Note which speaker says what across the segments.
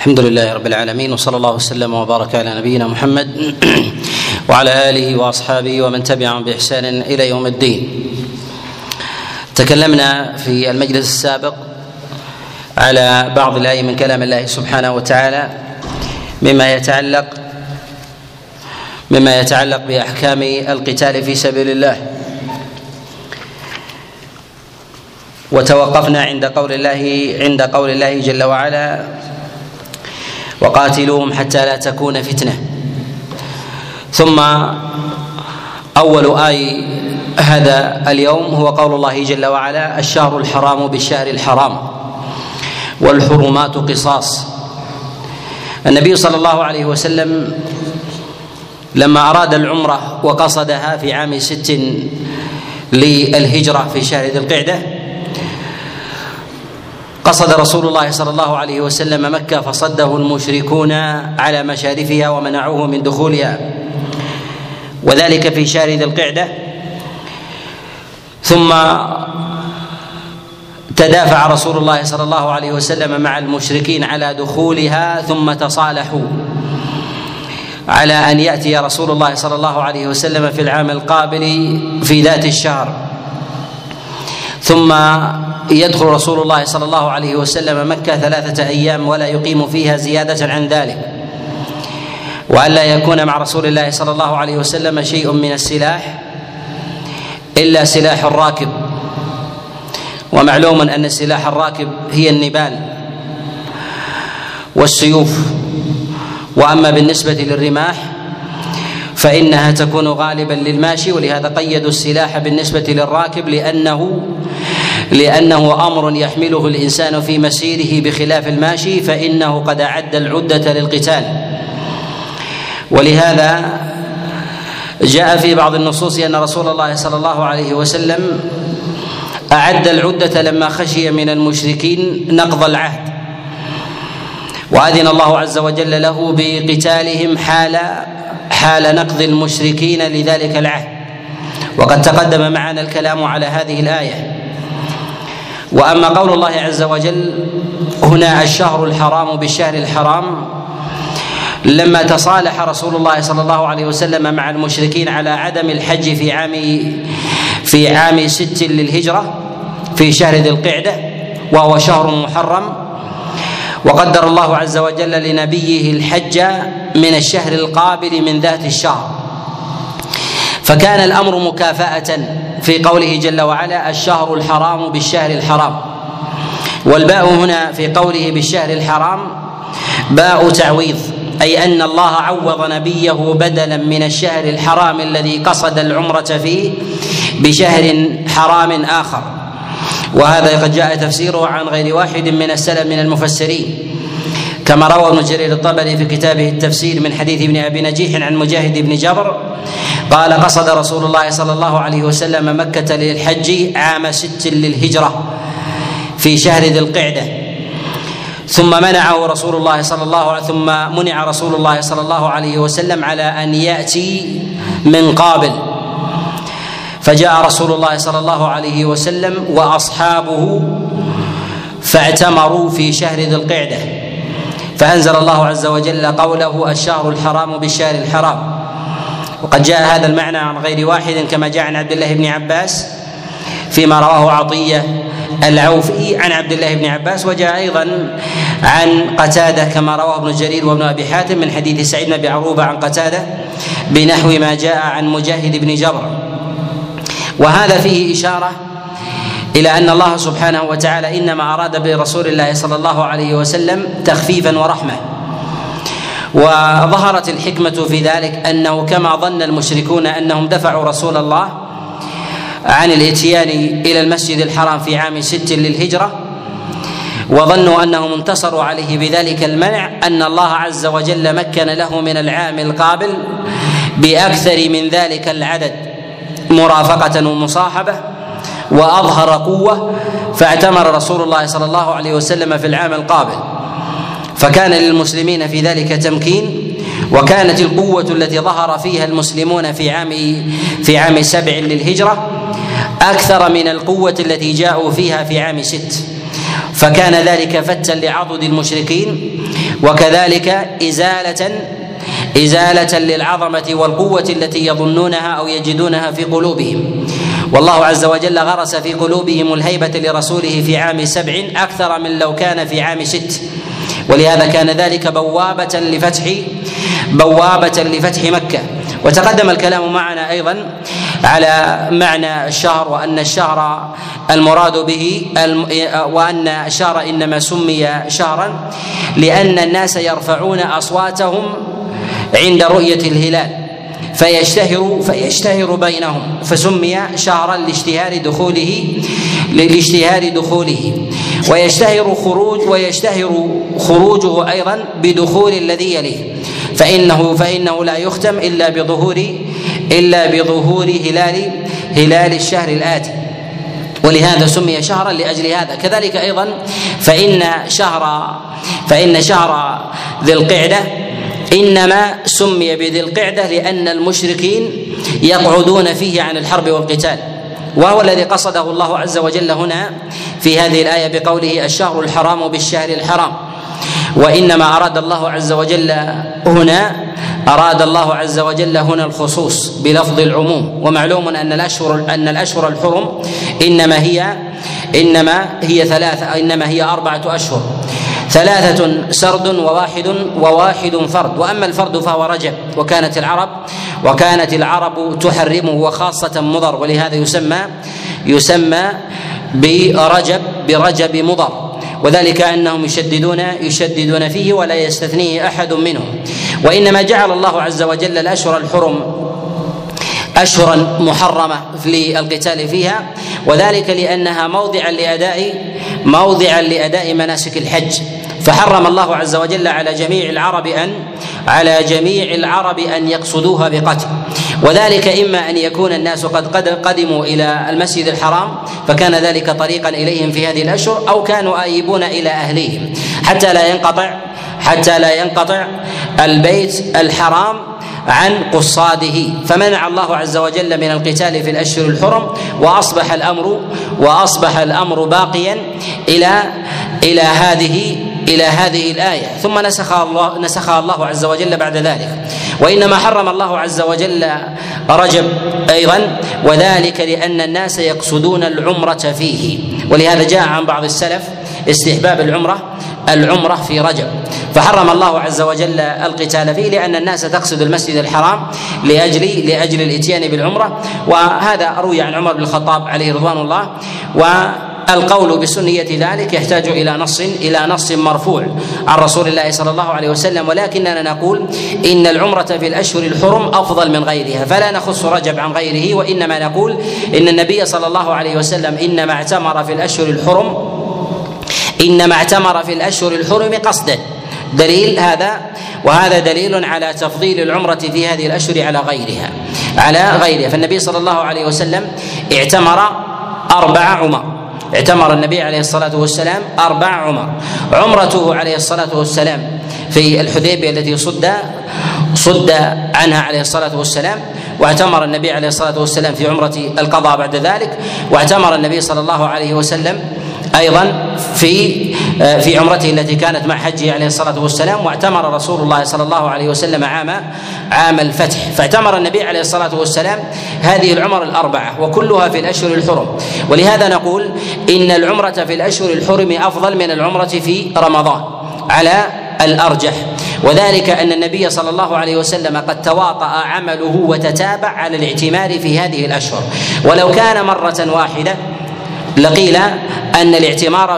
Speaker 1: الحمد لله رب العالمين، وصلى الله وسلم وبارك على نبينا محمد وعلى آله وأصحابه ومن تبعهم بإحسان إلى يوم الدين. تكلمنا في المجلس السابق على بعض الآيات من كلام الله سبحانه وتعالى مما يتعلق بأحكام القتال في سبيل الله، وتوقفنا عند قول الله جل وعلا: وقاتلوهم حتى لا تكون فتنة. ثم أول آية هذا اليوم هو قول الله جل وعلا: الشهر الحرام بالشهر الحرام والحرمات قصاص. النبي صلى الله عليه وسلم لما أراد العمرة وقصدها في عام 6 للهجرة في شهر ذي القعدة، قصد رسول الله صلى الله عليه وسلم مكة فصده المشركون على مشارفها ومنعوه من دخولها، وذلك في شهر ذي القعدة. ثم تدافع رسول الله صلى الله عليه وسلم مع المشركين على دخولها، ثم تصالحوا على أن يأتي رسول الله صلى الله عليه وسلم في العام القابل في ذات الشهر، ثم يدخل رسول الله صلى الله عليه وسلم مكة 3 أيام ولا يقيم فيها زيادة عن ذلك، وألا يكون مع رسول الله صلى الله عليه وسلم شيء من السلاح إلا سلاح الراكب. ومعلوم أن سلاح الراكب هي النبال والسيوف، وأما بالنسبة للرماح فإنها تكون غالبا للماشي، ولهذا قيدوا السلاح بالنسبة للراكب لأنه أمر يحمله الإنسان في مسيره بخلاف الماشي، فإنه قد أعد العدة للقتال. ولهذا جاء في بعض النصوص أن رسول الله صلى الله عليه وسلم أعد العدة لما خشي من المشركين نقض العهد، وأذن الله عز وجل له بقتالهم حال نقض المشركين لذلك العهد، وقد تقدم معنا الكلام على هذه الآية. وأما قول الله عز وجل هنا: الشهر الحرام بالشهر الحرام، لما تصالح رسول الله صلى الله عليه وسلم مع المشركين على عدم الحج في عام 6 للهجرة في شهر ذي القعدة، وهو شهر محرم، وقدر الله عز وجل لنبيه الحج من الشهر القابل من ذات الشهر، فكان الأمر مكافأة في قوله جل وعلا: الشهر الحرام بالشهر الحرام. والباء هنا في قوله بالشهر الحرام باء تعويض، أي أن الله عوض نبيه بدلا من الشهر الحرام الذي قصد العمرة فيه بشهر حرام آخر. وهذا قد جاء تفسيره عن غير واحد من السلف من المفسرين، كما روى ابن جرير الطبري في كتابه التفسير من حديث ابن أبي نجيح عن مجاهد بن جبر قال: قصد رسول الله صلى الله عليه وسلم مكة للحج عام 6 للهجرة في شهر ذي القعدة، ثم منع رسول الله صلى الله عليه وسلم على أن يأتي من قابل، فجاء رسول الله صلى الله عليه وسلم وأصحابه فاعتمروا في شهر ذي القعدة، فأنزل الله عز وجل قوله: الشهر الحرام بالشهر الحرام. وقد جاء هذا المعنى عن غير واحد، كما جاء عن عبد الله بن عباس فيما رواه عطية العوفي عن عبد الله بن عباس، وجاء أيضا عن قتادة كما رواه ابن جرير وابن أبي حاتم من حديث سعيد بن أبي عروبة عن قتادة بنحو ما جاء عن مجاهد بن جبر. وهذا فيه إشارة إلى أن الله سبحانه وتعالى إنما أراد برسول الله صلى الله عليه وسلم تخفيفا ورحمة. وظهرت الحكمة في ذلك أنه كما ظن المشركون أنهم دفعوا رسول الله عن الاتيان إلى المسجد الحرام في عام 6 للهجرة، وظنوا أنهم انتصروا عليه بذلك المنع، أن الله عز وجل مكن له من العام القابل بأكثر من ذلك العدد مرافقة ومصاحبة، وأظهر قوة، فاعتمر رسول الله صلى الله عليه وسلم في العام القابل، فكان للمسلمين في ذلك تمكين. وكانت القوة التي ظهر فيها المسلمون في عام 7 للهجرة أكثر من القوة التي جاءوا فيها في عام 6، فكان ذلك فتا لعضد المشركين، وكذلك إزالة للعظمة والقوة التي يظنونها أو يجدونها في قلوبهم. والله عز وجل غرس في قلوبهم الهيبة لرسوله في عام 7 أكثر من لو كان في عام 6، ولهذا كان ذلك بوابة لفتح مكة. وتقدم الكلام معنا أيضا على معنى الشهر، وأن الشهر المراد به وأن الشهر إنما سمي شهرا لأن الناس يرفعون أصواتهم عند رؤية الهلال فيشتهر بينهم، فسمي شهرا لاشتهار دخوله ويشتهر خروجه أيضا بدخول الذي يليه، فإنه لا يختم إلا بظهور هلال الشهر الآتي، ولهذا سمي شهرا لأجل هذا. كذلك أيضا فإن شهر ذي القعدة إنما سمي بذي القعدة لأن المشركين يقعدون فيه عن الحرب والقتال، وهو الذي قصده الله عز وجل هنا في هذه الآية بقوله الشهر الحرام بالشهر الحرام. وإنما أراد الله عز وجل هنا الخصوص بلفظ العموم. ومعلوم أن الأشهر الحرم إنما هي 4 أشهر، 3 سرد وواحد فرد، وأما الفرد فهو رجب، وكانت العرب تحرمه، وخاصة مضر، ولهذا يسمى برجب مضر، وذلك أنهم يشددون فيه ولا يستثنيه أحد منهم. وإنما جعل الله عز وجل الأشهر الحرم أشهرا محرمة للقتال فيها، وذلك لأنها موضعا لأداء مناسك الحج، فحرم الله عز وجل على جميع العرب أن يقصدوها بقتل، وذلك إما أن يكون الناس قد قدموا إلى المسجد الحرام فكان ذلك طريقا إليهم في هذه الأشهر، أو كانوا آيبون إلى أهليهم حتى لا ينقطع البيت الحرام عن قصاده، فمنع الله عز وجل من القتال في الأشهر الحرم، وأصبح الأمر باقيا إلى هذه الآية، ثم نسخها الله عز وجل بعد ذلك. وإنما حرم الله عز وجل رجب أيضا، وذلك لأن الناس يقصدون العمرة فيه، ولهذا جاء عن بعض السلف استحباب العمرة في رجب، فحرم الله عز وجل القتال فيه لأن الناس تقصد المسجد الحرام لأجل الإتيان بالعمرة. وهذا روي عن عمر بن الخطاب عليه رضوان الله، والقول بسنية ذلك يحتاج إلى نص مرفوع عن رسول الله صلى الله عليه وسلم، ولكننا نقول إن العمرة في الأشهر الحرم أفضل من غيرها، فلا نخص رجب عن غيره، وإنما نقول إن النبي صلى الله عليه وسلم إنما اعتمر في الأشهر الحرم قصدا، دليل هذا، وهذا دليل على تفضيل العمرة في هذه الأشهر على غيرها. فالنبي صلى الله عليه وسلم اعتمر 4 عمر، اعتمر النبي عليه الصلاة والسلام 4 عمر. عمرته عليه الصلاة والسلام في الحديبية التي صد عنها عليه الصلاة والسلام، واعتمر النبي عليه الصلاة والسلام في عمرة القضاء بعد ذلك، واعتمر النبي صلى الله عليه وسلم أيضا في عمرته التي كانت مع حجه عليه الصلاة والسلام، واعتمر رسول الله صلى الله عليه وسلم عام الفتح، فاعتمر النبي عليه الصلاة والسلام هذه العمر 4 وكلها في الأشهر الحرم. ولهذا نقول إن العمرة في الأشهر الحرم أفضل من العمرة في رمضان على الأرجح، وذلك أن النبي صلى الله عليه وسلم قد تواطأ عمله وتتابع على الاعتمار في هذه الأشهر، ولو كان مرة واحدة لقيل أن الاعتمار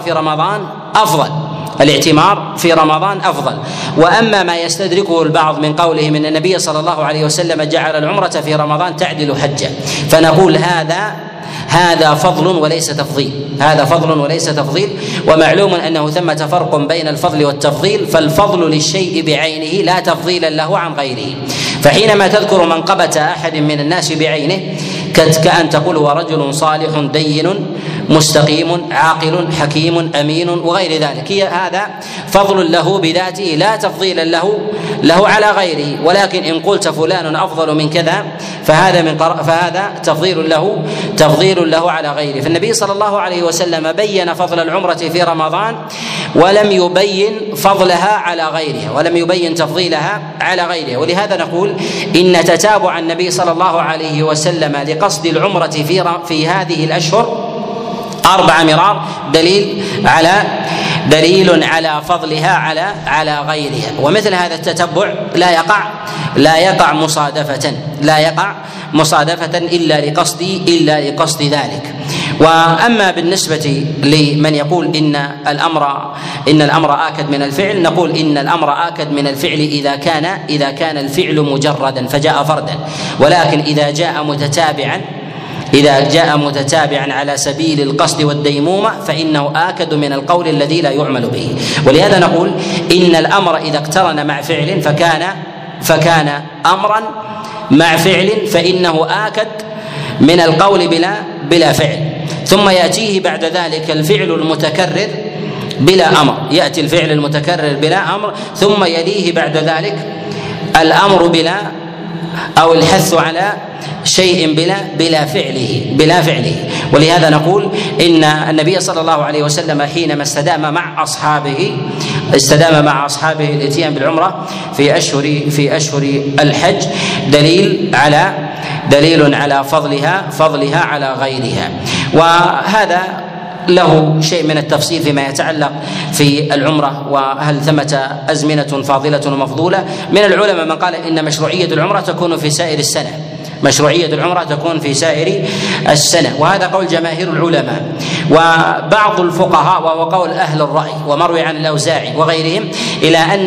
Speaker 1: في رمضان أفضل. وأما ما يستدركه البعض من قولهم أن النبي صلى الله عليه وسلم جعل العمرة في رمضان تعدل حجة، فنقول هذا فضل وليس تفضيل، ومعلوم أنه ثمة فرق بين الفضل والتفضيل، فالفضل للشيء بعينه لا تفضيل له عن غيره، فحينما تذكر منقبة أحد من الناس بعينه كأن تقول ورجل صالح دين مستقيم عاقل حكيم أمين وغير ذلك. هذا فضل له بذاته لا تفضيلا له على غيره، ولكن إن قلت فلان أفضل من كذا فهذا تفضيل له على غيره. فالنبي صلى الله عليه وسلم بين فضل العمرة في رمضان ولم يبين فضلها على غيرها، ولم يبين تفضيلها على غيرها. ولهذا نقول إن تتابع النبي صلى الله عليه وسلم لقصد العمرة في هذه الأشهر 4 مرار دليل على فضلها على غيرها. ومثل هذا التتبع لا يقع مصادفة إلا لقصد ذلك. وأما بالنسبة لمن يقول إن الأمر آكد من الفعل، نقول إن الأمر آكد من الفعل إذا كان الفعل مجردا فجاء فردا، ولكن إذا جاء متتابعا على سبيل القصد والديمومة فإنه آكد من القول الذي لا يعمل به. ولهذا نقول إن الأمر إذا اقترن مع فعل فكان أمرا مع فعل فإنه آكد من القول بلا فعل، ثم يأتيه بعد ذلك الفعل المتكرر بلا أمر، يأتي الفعل المتكرر بلا أمر، ثم يليه بعد ذلك الأمر أو الحث على شيء بلا فعله. ولهذا نقول إن النبي صلى الله عليه وسلم حينما استدام مع أصحابه الاتيان بالعمرة في أشهر الحج دليل على فضلها على غيرها. وهذا له شيء من التفصيل فيما يتعلق في العمرة، وهل ثمة أزمنة فاضلة ومفضولة. من العلماء من قال إن مشروعية العمرة تكون في سائر السنة، وهذا قول جماهير العلماء. وبعض الفقهاء وهو قول أهل الرأي ومروي عن الأوزاعي وغيرهم إلى أن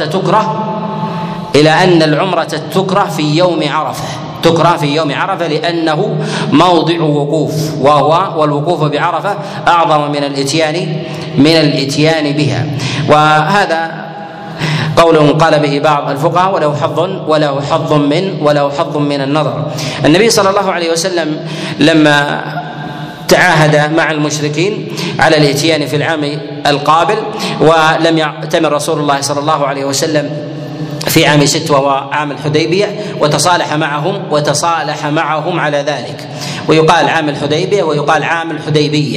Speaker 1: العمرة تكره في يوم عرفة لأنه موضع وقوف، والوقوف بعرفة أعظم من الإتيان بها. وهذا قول قال به بعض الفقهاء وله حظ من النظر. النبي صلى الله عليه وسلم لما تعاهد مع المشركين على الاتيان في العام القابل، ولم يعتمر رسول الله صلى الله عليه وسلم في عام 6 وهو عام الحديبية، وتصالح معهم على ذلك، ويقال عام الحديبية ويقال عام الحديبية،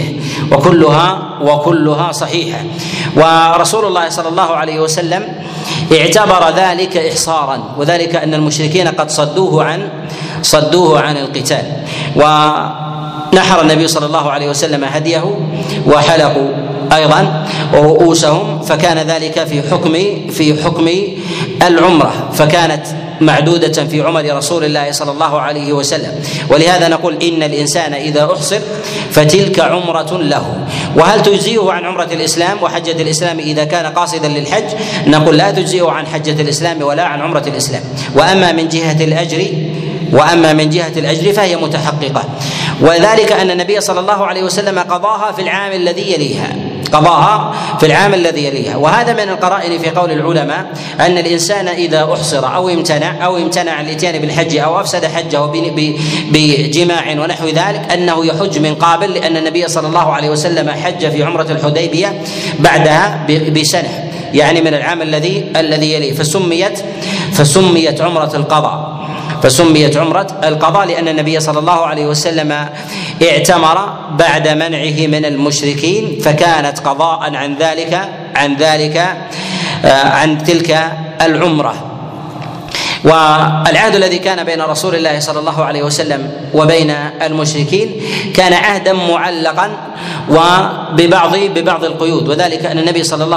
Speaker 1: وكلها صحيحة. ورسول الله صلى الله عليه وسلم اعتبر ذلك إحصارا، وذلك أن المشركين قد صدوه عن القتال، ونحر النبي صلى الله عليه وسلم هديه وحلقوا أيضا رؤوسهم، فكان ذلك في حكم العمرة، فكانت معدودة في عمر رسول الله صلى الله عليه وسلم. ولهذا نقول إن الإنسان إذا أحصر فتلك عمرة له. وهل تجزئه عن عمرة الإسلام وحجة الإسلام إذا كان قاصدا للحج؟ نقول لا تجزئه عن حجة الإسلام ولا عن عمرة الإسلام. وأما من جهة الأجر فهي متحققة، وذلك أن النبي صلى الله عليه وسلم قضاها في العام الذي يليها. وهذا من القرائن في قول العلماء أن الإنسان إذا أحصر أو امتنع عن الإتيان بالحج أو أفسد حجه بجماع ونحو ذلك أنه يحج من قابل، لأن النبي صلى الله عليه وسلم حج في عمرة الحديبية بعدها بسنة، يعني من العام الذي يليه، فسميت عمرة القضاء لأن النبي صلى الله عليه وسلم اعتمر بعد منعه من المشركين، فكانت قضاء عن تلك العمرة. والعهد الذي كان بين رسول الله صلى الله عليه وسلم وبين المشركين كان عهدا معلقا وببعض القيود، وذلك أن النبي صلى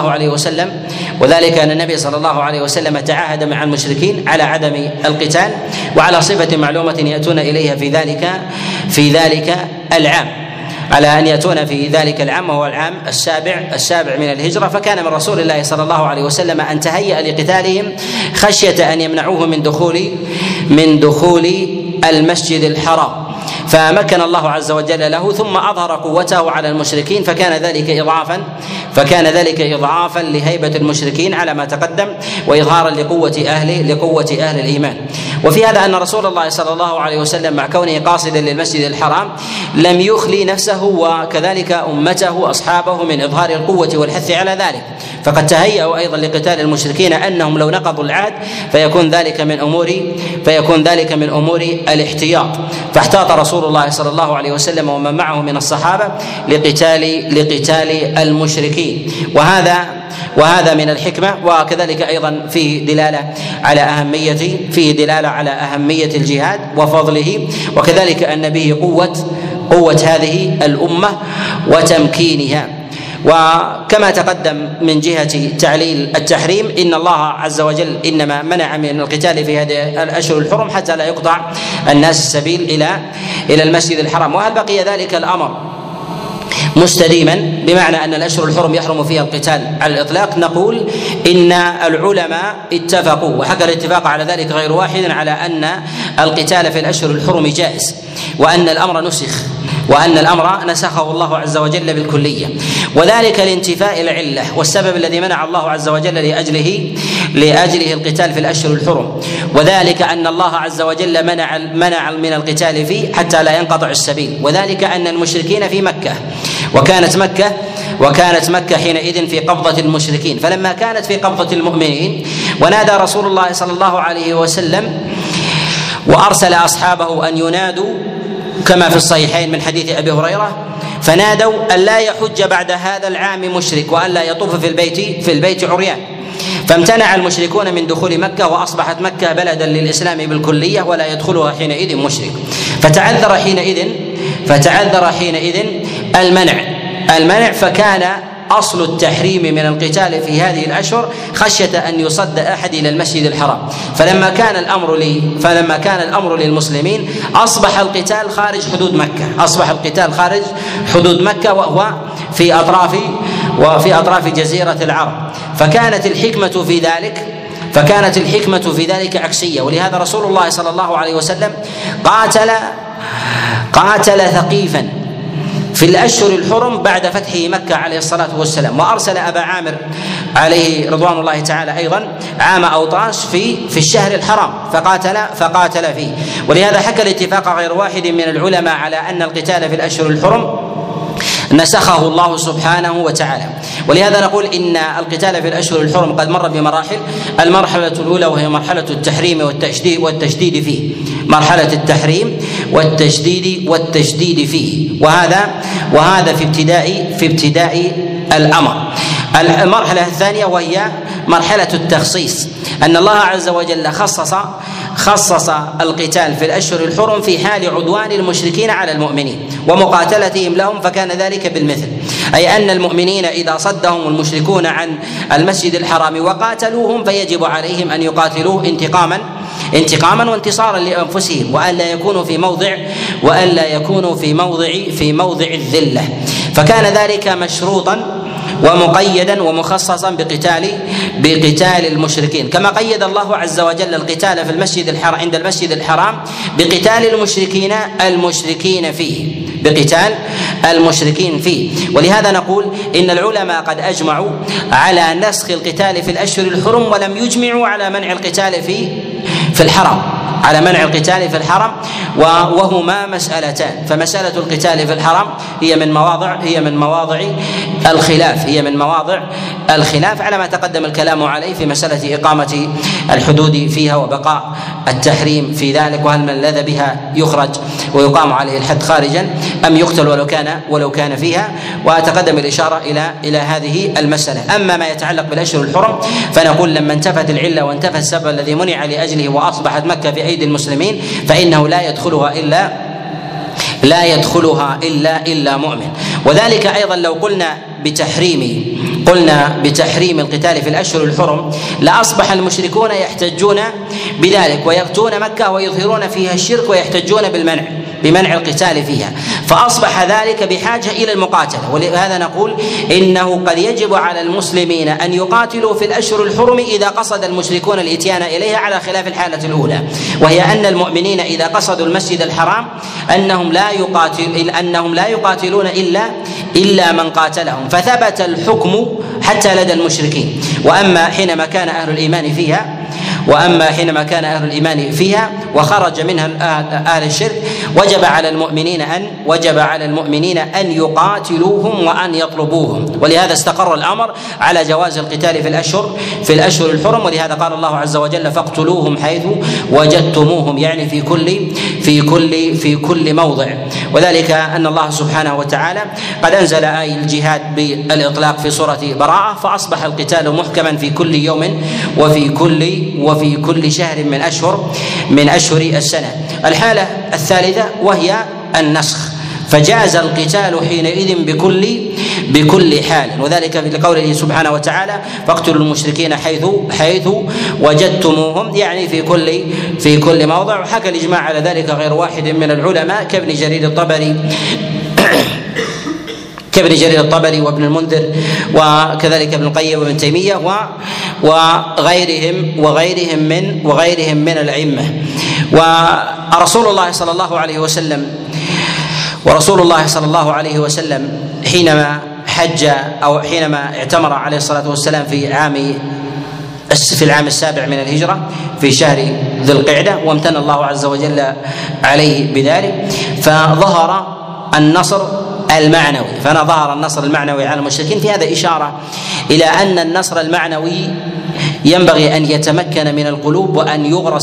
Speaker 1: الله عليه وسلم تعاهد مع المشركين على عدم القتال وعلى صفة معلومة يأتون إليها في ذلك العام، على أن يأتون في ذلك العام وهو العام السابع من الهجرة. فكان من رسول الله صلى الله عليه وسلم أن تهيأ لقتالهم خشية أن يمنعوه من دخول المسجد الحرام، فمكن الله عز وجل له ثم اظهر قوته على المشركين فكان ذلك اضعافا لهيبه المشركين على ما تقدم واظهارا لقوه اهل الايمان. وفي هذا ان رسول الله صلى الله عليه وسلم مع كونه قاصدا للمسجد الحرام لم يخلي نفسه وكذلك امته اصحابه من اظهار القوه والحث على ذلك، فقد تهيأوا ايضا لقتال المشركين انهم لو نقضوا العهد فيكون ذلك من امور الاحتياط، فاحتاط رسول الله صلى الله عليه وسلم ومن معه من الصحابه لقتال المشركين، وهذا من الحكمه. وكذلك ايضا فيه دلاله على اهميه الجهاد وفضله، وكذلك ان به قوه هذه الامه وتمكينها. وكما تقدم من جهة تعليل التحريم إن الله عز وجل إنما منع من القتال في هذه الأشهر الحرم حتى لا يقطع الناس السبيل إلى المسجد الحرام. وهل بقي ذلك الأمر مستديما بمعنى أن الأشهر الحرم يحرم فيها القتال على الإطلاق؟ نقول إن العلماء اتفقوا وحكى الاتفاق على ذلك غير واحد على أن القتال في الأشهر الحرم جائز، وأن الأمر نسخه الله عز وجل بالكلية، وذلك لانتفاء العلة والسبب الذي منع الله عز وجل لأجله القتال في الأشهر الحرم، وذلك أن الله عز وجل منع من القتال فيه حتى لا ينقطع السبيل، وذلك أن المشركين في مكة وكانت مكة حينئذ في قبضة المشركين، فلما كانت في قبضة المؤمنين ونادى رسول الله صلى الله عليه وسلم وأرسل أصحابه أن ينادوا كما في الصحيحين من حديث أبي هريرة، فنادوا أن لا يحج بعد هذا العام مشرك وأن لا يطوف في البيت عريان، فامتنع المشركون من دخول مكة وأصبحت مكة بلدا للإسلام بالكلية ولا يدخلها حينئذ مشرك، فتعذر حينئذ المنع فكان أصل التحريم من القتال في هذه الأشهر خشية أن يصد أحد إلى المسجد الحرام، فلما كان الأمر للمسلمين أصبح القتال خارج حدود مكة وهو في أطراف جزيرة العرب، فكانت الحكمة في ذلك عكسية. ولهذا رسول الله صلى الله عليه وسلم قاتل ثقيفا في الأشهر الحرم بعد فتحه مكة عليه الصلاة والسلام، وأرسل أبا عامر عليه رضوان الله تعالى أيضا عام أوطاس في الشهر الحرام فقاتل فيه. ولهذا حكى الاتفاق غير واحد من العلماء على أن القتال في الأشهر الحرم نسخه الله سبحانه وتعالى. ولهذا نقول إن القتال في الأشهر الحرم قد مر بمراحل، المرحلة الأولى وهي مرحلة التحريم والتشديد فيه، مرحلة التحريم والتشديد فيه، وهذا في ابتداء الأمر. المرحلة الثانية وهي مرحلة التخصيص، أن الله عز وجل خصص القتال في الأشهر الحرم في حال عدوان المشركين على المؤمنين ومقاتلتهم لهم، فكان ذلك بالمثل، أي أن المؤمنين إذا صدهم المشركون عن المسجد الحرام وقاتلوهم فيجب عليهم أن يقاتلوه انتقاما وانتصارا لأنفسهم، وألا يكونوا في موضع الذلة، فكان ذلك مشروطا ومقيدا ومخصصا بقتال المشركين، كما قيد الله عز وجل القتال في المسجد الحرام عند المسجد الحرام بقتال المشركين فيه. ولهذا نقول إن العلماء قد أجمعوا على نسخ القتال في الأشهر الحرم ولم يجمعوا على منع القتال في الحرم، وهما مسألتان. فمسألة القتال في الحرم هي من مواضع الخلاف على ما تقدم الكلام عليه في مسألة إقامة الحدود فيها وبقاء التحريم في ذلك، وهل من لذ بها يخرج ويقام عليه الحد خارجا أم يقتل ولو كان فيها، وتقدم الإشارة إلى هذه المسألة. أما ما يتعلق بالأشهر الحرم فنقول لما انتفت العلة وانتفى السبب الذي منع لأجله وأصبحت مكة في أيدي المسلمين فإنه لا يدخلها إلا مؤمن. وذلك أيضا لو قلنا بتحريم القتال في الأشهر الحرم لأصبح المشركون يحتجون بذلك ويأتون مكة ويظهرون فيها الشرك ويحتجون بمنع القتال فيها، فأصبح ذلك بحاجة إلى المقاتلة. ولهذا نقول إنه قد يجب على المسلمين أن يقاتلوا في الأشهر الحرم إذا قصد المشركون الإتيان إليها، على خلاف الحالة الأولى، وهي أن المؤمنين إذا قصدوا المسجد الحرام أنهم لا يقاتلون إلا من قاتلهم، فثبت الحكم حتى لدى المشركين. وأما حينما كان أهل الإيمان فيها وخرج منها أهل الشرك وجب على المؤمنين أن يقاتلوهم وأن يطلبوهم، ولهذا استقر الأمر على جواز القتال في الأشهر الحرم. ولهذا قال الله عز وجل: فاقتلوهم حيث وجدتموهم، يعني في كل موضع. وذلك أن الله سبحانه وتعالى قد أنزل آية الجهاد بالإطلاق في سورة براءة، فأصبح القتال محكما في كل يوم وفي كل شهر من أشهر السنة. الحالة الثالثة وهي النسخ، فجاز القتال حينئذ بكل حال، وذلك لقوله سبحانه وتعالى: فاقتلوا المشركين حيث وجدتموهم، يعني في كل موضع. وحكى الإجماع على ذلك غير واحد من العلماء كابن جرير الطبري وابن المنذر وكذلك ابن القيم وابن تيمية وغيرهم من الأئمة. ورسول الله صلى الله عليه وسلم حينما حج أو حينما اعتمر عليه الصلاة والسلام في العام السابع من الهجرة في شهر ذي القعدة، وامتن الله عز وجل عليه بذلك، فظهر النصر المعنوي على المشركين. في هذا إشارة إلى أن النصر المعنوي ينبغي أن يتمكن من القلوب وأن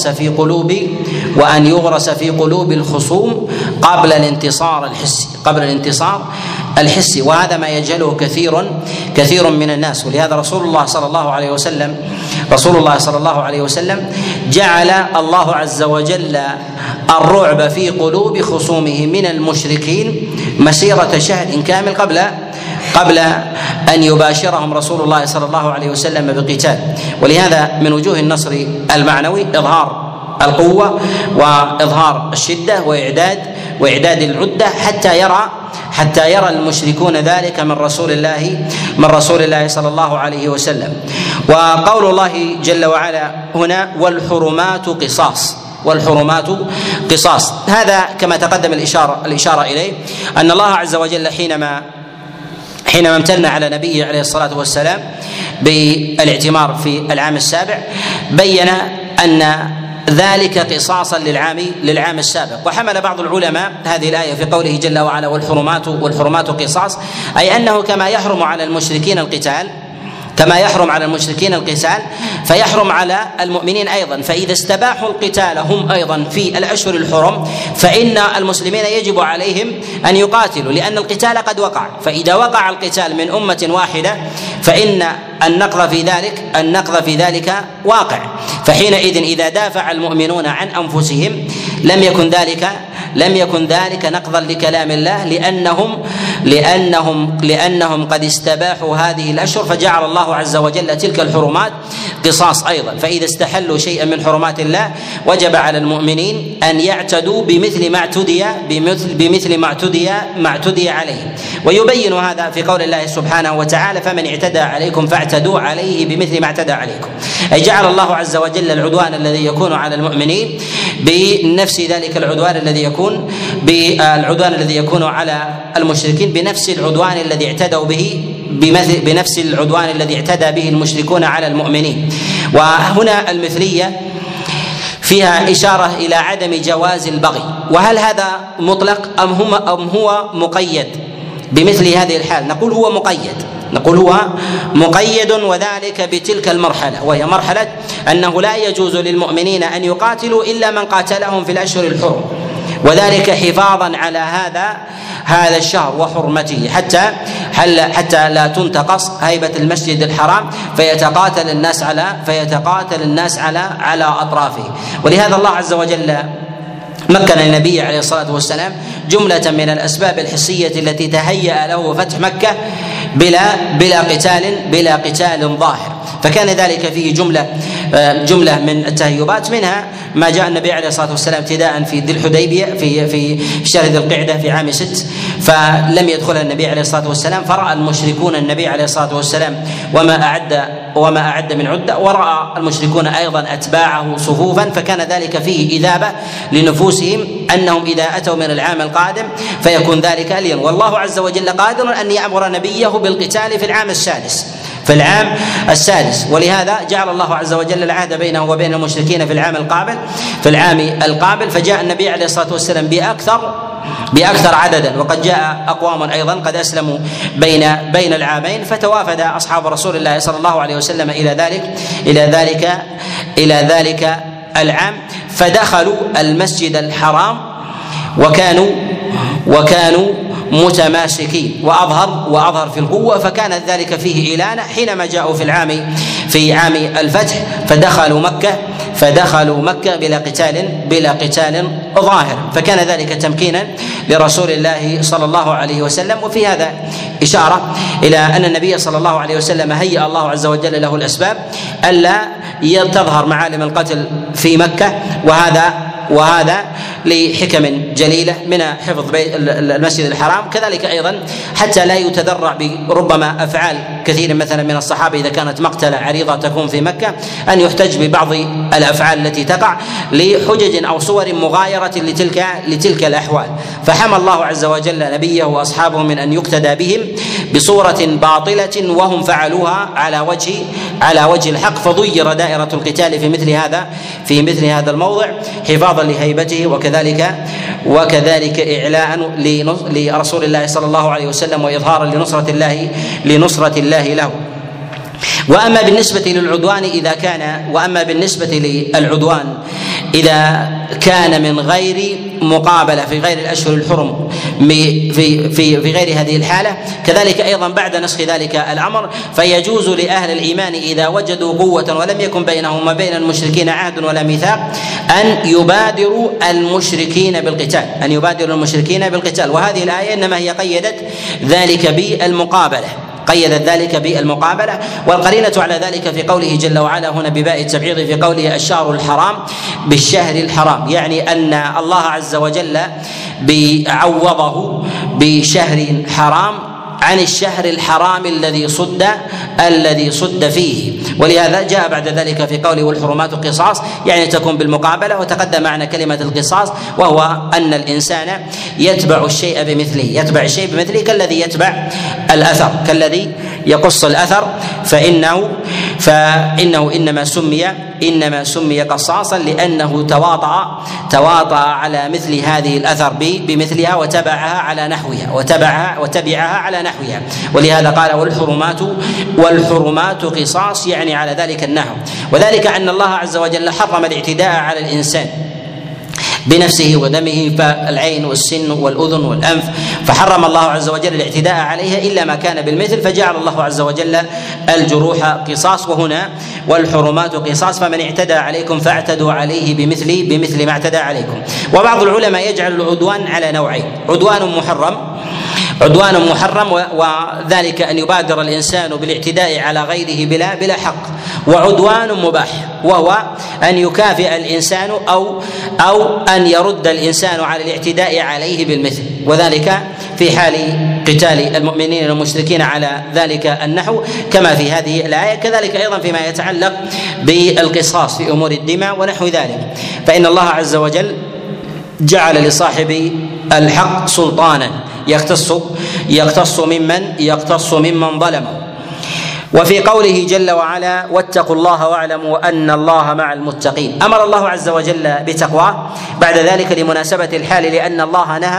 Speaker 1: يغرس في قلوب الخصوم قبل الانتصار الحسي، وهذا ما يجهله كثير من الناس. ولهذا رسول الله صلى الله عليه وسلم جعل الله عز وجل الرعب في قلوب خصومه من المشركين مسيرة شهر كامل قبل أن يباشرهم رسول الله صلى الله عليه وسلم بقتال. ولهذا من وجوه النصر المعنوي إظهار القوة وإظهار الشدة وإعداد العدة حتى يرى المشركون ذلك من رسول الله صلى الله عليه وسلم. وقول الله جل وعلا هنا: والحرمات قصاص، هذا كما تقدم الإشارة إليه أن الله عز وجل حينما امتن على نبيه عليه الصلاة والسلام بالاعتمار في العام السابع بين أن ذلك قصاصا للعام السابق. وحمل بعض العلماء هذه الآية في قوله جل وعلا: والحرمات قصاص، أي أنه كما يحرم على المشركين القتال فيحرم على المؤمنين أيضا، فإذا استباحوا القتال هم أيضا في الأشهر الحرم فإن المسلمين يجب عليهم أن يقاتلوا، لأن القتال قد وقع، فإذا وقع القتال من أمة واحدة فإن النقض في ذلك واقع. فحينئذ إذا دافع المؤمنون عن أنفسهم لم يكن ذلك نقضا لكلام الله، لأنهم قد استباحوا هذه الأشهر، فجعل الله عز وجل تلك الحرمات قصاص أيضا. فإذا استحلوا شيئا من حرمات الله وجب على المؤمنين أن يعتدوا بمثل ما اعتدي عليه. ويبين هذا في قول الله سبحانه وتعالى: فمن اعتدى عليكم فاعتدوا عليه بمثل ما اعتدى عليكم، أي جعل الله عز وجل العدوان الذي يكون على المؤمنين بنفس ذلك العدوان الذي يكون على المشركين بنفس العدوان الذي اعتدوا به بنفس العدوان الذي اعتدى به المشركون على المؤمنين. وهنا المثلية فيها إشارة إلى عدم جواز البغي، وهل هذا مطلق أم هو مقيد بمثل هذه الحال؟ نقول هو مقيد، وذلك بتلك المرحلة، وهي مرحلة أنه لا يجوز للمؤمنين أن يقاتلوا إلا من قاتلهم في الأشهر الحرم، وذلك حفاظا على هذا الشهر وحرمته حتى لا تنتقص هيبة المسجد الحرام فيتقاتل الناس على أطرافه. ولهذا الله عز وجل مكن النبي عليه الصلاة والسلام جملة من الأسباب الحسية التي تهيأ له فتح مكة بلا قتال ظاهر، فكان ذلك فيه جملة من التهيبات، منها ما جاء النبي عليه الصلاة والسلام ابتداء في ذي الحديبية في شهر ذي القعدة في عام 6، فلم يدخلها النبي عليه الصلاة والسلام، فرأى المشركون النبي عليه الصلاة والسلام وما أعد من عدة، ورأى المشركون أيضا أتباعه صفوفا، فكان ذلك فيه إذابة لنفوسهم أنهم إذا أتوا من العام القادم فيكون ذلك ألين، والله عز وجل قادر أن يأمر نبيه بالقتال في العام السادس، ولهذا جعل الله عز وجل العهد بينه وبين المشركين في العام القابل، فجاء النبي عليه الصلاة والسلام بأكثر عددا، وقد جاء أقوام أيضا قد أسلموا بين العامين، فتوافد أصحاب رسول الله صلى الله عليه وسلم إلى ذلك العام، فدخلوا المسجد الحرام وكانوا متماسكين واظهر في القوه، فكان ذلك فيه إلانة حينما جاءوا في عام الفتح فدخلوا مكة بلا قتال ظاهر، فكان ذلك تمكينا لرسول الله صلى الله عليه وسلم. وفي هذا إشارة إلى أن النبي صلى الله عليه وسلم هيأ الله عز وجل له الأسباب ألا تظهر معالم القتل في مكة، وهذا لحكم جليلة من حفظ المسجد الحرام، كذلك أيضا حتى لا يتذرع بربما أفعال كثير مثلا من الصحابة إذا كانت مقتلة عريضة تكون في مكة أن يحتج ببعض الأفعال التي تقع لحجج أو صور مغايرة لتلك الأحوال، فحمى الله عز وجل نبيه وأصحابه من أن يقتدى بهم بصورة باطلة وهم فعلوها على وجه الحق، فضير دائرة القتال في مثل هذا الموضع حفاظا لهيبته وكذلك إعلاء لرسول الله صلى الله عليه وسلم وإظهارا لنصرة الله له. وأما بالنسبة للعدوان إذا كان من غير مقابلة في غير الأشهر الحرم في غير هذه الحالة، كذلك أيضا بعد نسخ ذلك الأمر فيجوز لأهل الإيمان إذا وجدوا قوة ولم يكن بينهم وبين المشركين عهد ولا ميثاق أن يبادروا المشركين بالقتال، وهذه الآية إنما هي قيدت ذلك بالمقابلة، والقرينة على ذلك في قوله جل وعلا هنا بباء التبعيض في قوله الشهر الحرام بالشهر الحرام، يعني أن الله عز وجل عوضه بشهر حرام عن الشهر الحرام الذي صد فيه، ولهذا جاء بعد ذلك في قوله والحرمات قصاص، يعني تكون بالمقابلة. وتقدم معنا كلمة القصاص، وهو أن الإنسان يتبع الشيء بمثله كالذي يتبع الأثر، كالذي يقص الأثر، فإنه إنما سمي قصاصا لأنه تواطأ على مثل هذه الأثر بمثلها وتبعها على نحوها، ولهذا قال والحرمات قصاص، يعني على ذلك النحو، وذلك أن الله عز وجل حرم الاعتداء على الإنسان بنفسه ودمه، فالعين والسن والأذن والأنف، فحرم الله عز وجل الاعتداء عليها إلا ما كان بالمثل، فجعل الله عز وجل الجروح قصاص، وهنا والحرمات قصاص، فمن اعتدى عليكم فاعتدوا عليه بمثل ما اعتدى عليكم. وبعض العلماء يجعل العدوان على نوعين: عدوان محرم وذلك أن يبادر الإنسان بالاعتداء على غيره بلا حق، وعدوان مباح وهو أن يكافئ الإنسان أو أن يرد الإنسان على الاعتداء عليه بالمثل، وذلك في حال قتال المؤمنين المشركين على ذلك النحو كما في هذه الآية، كذلك أيضا فيما يتعلق بالقصاص في أمور الدماء ونحو ذلك، فإن الله عز وجل جعل لصاحب الحق سلطانا يقتص ممن ظلمه. وفي قوله جل وعلا واتقوا الله واعلموا أن الله مع المتقين، أمر الله عز وجل بتقواه بعد ذلك لمناسبة الحال، لأن الله نهى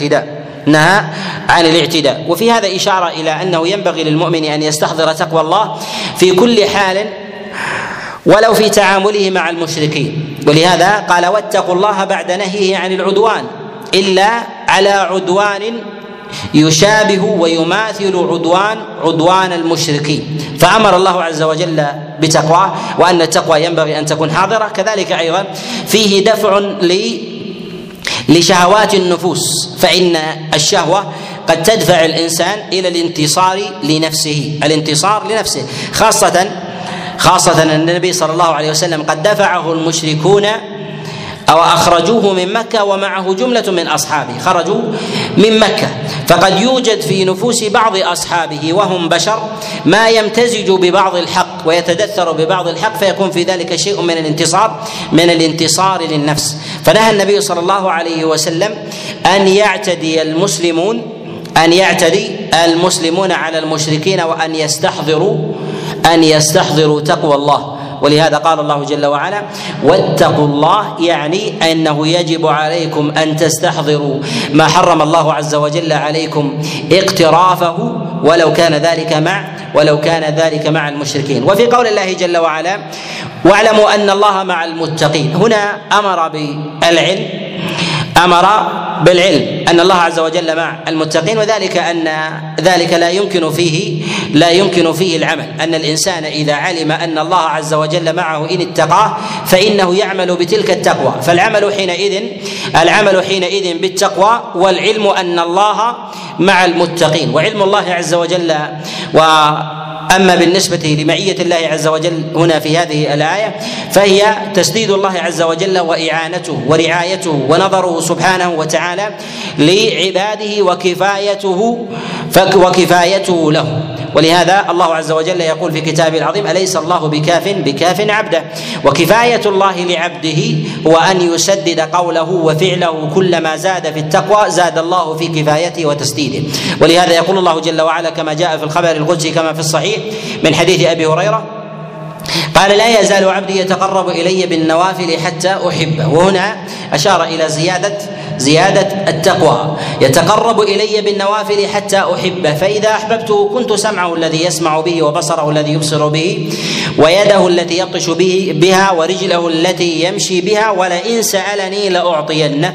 Speaker 1: عن الاعتداء. وفي هذا إشارة إلى أنه ينبغي للمؤمن أن يستحضر تقوى الله في كل حال ولو في تعامله مع المشركين، ولهذا قال واتقوا الله بعد نهيه عن العدوان إلا على عدوان يشابه ويماثل عدوان المشركين، فأمر الله عز وجل بتقواه، وأن التقوى ينبغي أن تكون حاضرة. كذلك أيضا فيه دفع لشهوات النفوس، فإن الشهوة قد تدفع الإنسان إلى الانتصار لنفسه، خاصة أن النبي صلى الله عليه وسلم قد دفعه المشركون أو أخرجوه من مكة ومعه جملة من أصحابه، خرجوا من مكة، فقد يوجد في نفوس بعض أصحابه وهم بشر ما يمتزج ببعض الحق ويتدثر ببعض الحق، فيكون في ذلك شيء من الانتصار للنفس. فنهى النبي صلى الله عليه وسلم أن يعتدي المسلمون على المشركين وأن يستحضروا تقوى الله. ولهذا قال الله جل وعلا: واتقوا الله، يعني أنه يجب عليكم أن تستحضروا ما حرم الله عز وجل عليكم اقترافه ولو كان ذلك مع المشركين. وفي قول الله جل وعلا: واعلموا أن الله مع المتقين، هنا أمر بالعلم أن الله عز وجل مع المتقين، وذلك أن ذلك لا يمكن فيه العمل، أن الإنسان إذا علم أن الله عز وجل معه إن اتقاه فإنه يعمل بتلك التقوى، فالعمل حينئذ بالتقوى، والعلم أن الله مع المتقين. وعلم الله عز وجل أما بالنسبة لمعية الله عز وجل هنا في هذه الآية فهي تسديد الله عز وجل وإعانته ورعايته ونظره سبحانه وتعالى لعباده وكفايته له. ولهذا الله عز وجل يقول في كتابه العظيم: أليس الله بكاف عبده؟ وكفاية الله لعبده هو أن يسدد قوله وفعله، كلما زاد في التقوى زاد الله في كفايته وتسديده. ولهذا يقول الله جل وعلا كما جاء في الخبر القدسي كما في الصحيح من حديث أبي هريرة قال: لا يزال عبدي يتقرب إلي بالنوافل حتى أحبه. وهنا أشار إلى زيادة التقوى، يتقرب إلي بالنوافل حتى أحبه، فإذا أحببته كنت سمعه الذي يسمع به وبصره الذي يبصر به ويده التي يبطش بها ورجله التي يمشي بها، ولئن سألني لأعطينه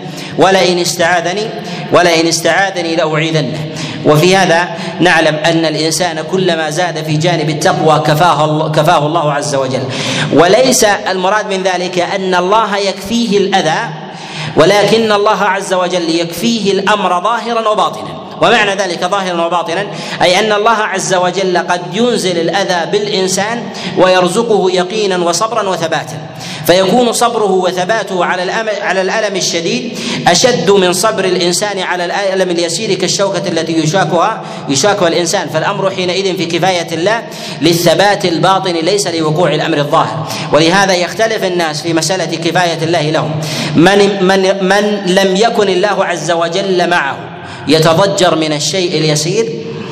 Speaker 1: ولئن استعاذني لأعيذنه. وفي هذا نعلم أن الإنسان كلما زاد في جانب التقوى كفاه الله عز وجل. وليس المراد من ذلك أن الله يكفيه الأذى، ولكن الله عز وجل يكفيه الأمر ظاهرا وباطنا. ومعنى ذلك ظاهرا وباطنا أي أن الله عز وجل قد ينزل الأذى بالإنسان ويرزقه يقينا وصبرا وثباتا، فيكون صبره وثباته على الألم الشديد أشد من صبر الإنسان على الألم اليسير كالشوكة التي يشاكها الإنسان. فالأمر حينئذ في كفاية الله للثبات الباطن ليس لوقوع الأمر الظاهر. ولهذا يختلف الناس في مسألة كفاية الله لهم. من لم يكن الله عز وجل معه يتضجر من الشيء اليسير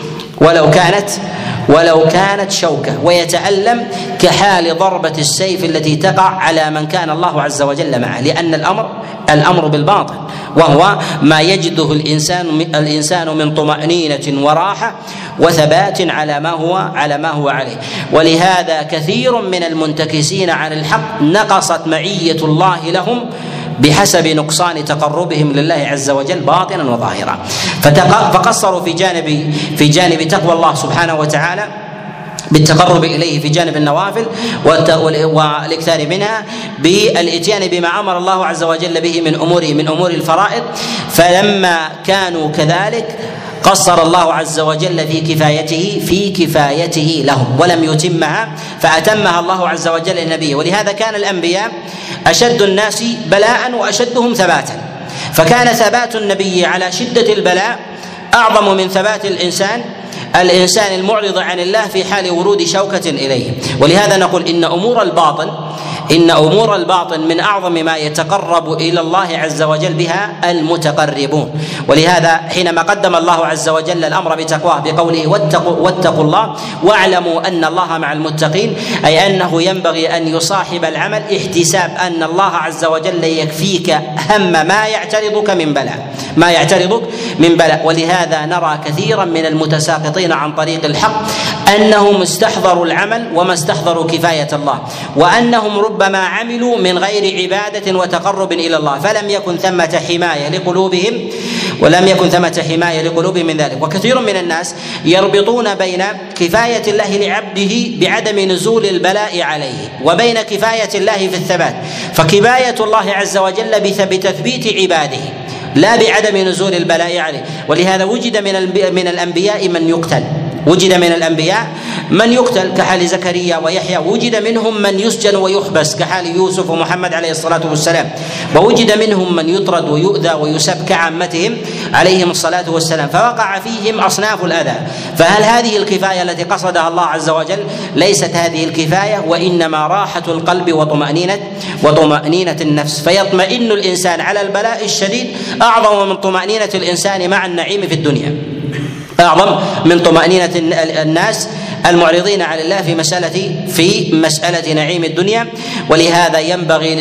Speaker 1: ولو كانت شوكة، ويتألم كحال ضربة السيف التي تقع على من كان الله عز وجل معه، لأن الأمر بالباطن، وهو ما يجده الإنسان من طمأنينة وراحة وثبات على ما هو عليه. ولهذا كثير من المنتكسين عن الحق نقصت معية الله لهم بحسب نقصان تقربهم لله عز وجل باطنا وظاهرا، فقصروا في جانب تقوى الله سبحانه وتعالى بالتقرب إليه في جانب النوافل والاكثار منها، بالاتيان بما أمر الله عز وجل به من أمور الفرائض. فلما كانوا كذلك قصر الله عز وجل في كفايته لهم ولم يتمها، فأتمها الله عز وجل لنبيه. ولهذا كان الأنبياء أشد الناس بلاء وأشدهم ثباتا، فكان ثبات النبي على شدة البلاء أعظم من ثبات الإنسان المعرض عن الله في حال ورود شوكة إليه. ولهذا نقول إن أمور الباطن من أعظم ما يتقرب إلى الله عز وجل بها المتقربون. ولهذا حينما قدم الله عز وجل الأمر بتقواه بقوله واتقوا الله واعلموا أن الله مع المتقين، أي أنه ينبغي أن يصاحب العمل احتساب أن الله عز وجل يكفيك هم ما يعترضك من بلاء. ولهذا نرى كثيرا من المتساقطين عن طريق الحق أنهم استحضروا العمل وما استحضروا كفاية الله، وأنهم ربما عملوا من غير عبادة وتقرب إلى الله، فلم يكن ثمة حماية لقلوبهم ولم يكن ثمة حماية لقلوبهم من ذلك. وكثير من الناس يربطون بين كفاية الله لعبده بعدم نزول البلاء عليه وبين كفاية الله في الثبات، فكفاية الله عز وجل بتثبيت عباده لا بعدم نزول البلاء عليه. ولهذا وجد من الأنبياء من يقتل، وجد من الأنبياء من يقتل كحال زكريا ويحيى، وجد منهم من يسجن ويحبس كحال يوسف ومحمد عليه الصلاة والسلام، ووجد منهم من يطرد ويؤذى ويسب كعامتهم عليهم الصلاة والسلام، فوقع فيهم أصناف الأذى. فهل هذه الكفاية التي قصدها الله عز وجل؟ ليست هذه الكفاية، وإنما راحة القلب وطمأنينة النفس، فيطمئن الإنسان على البلاء الشديد أعظم من طمأنينة الإنسان مع النعيم في الدنيا، أعظم من طمأنينة الناس المعرضين على الله في مسألة نعيم الدنيا. ولهذا ينبغي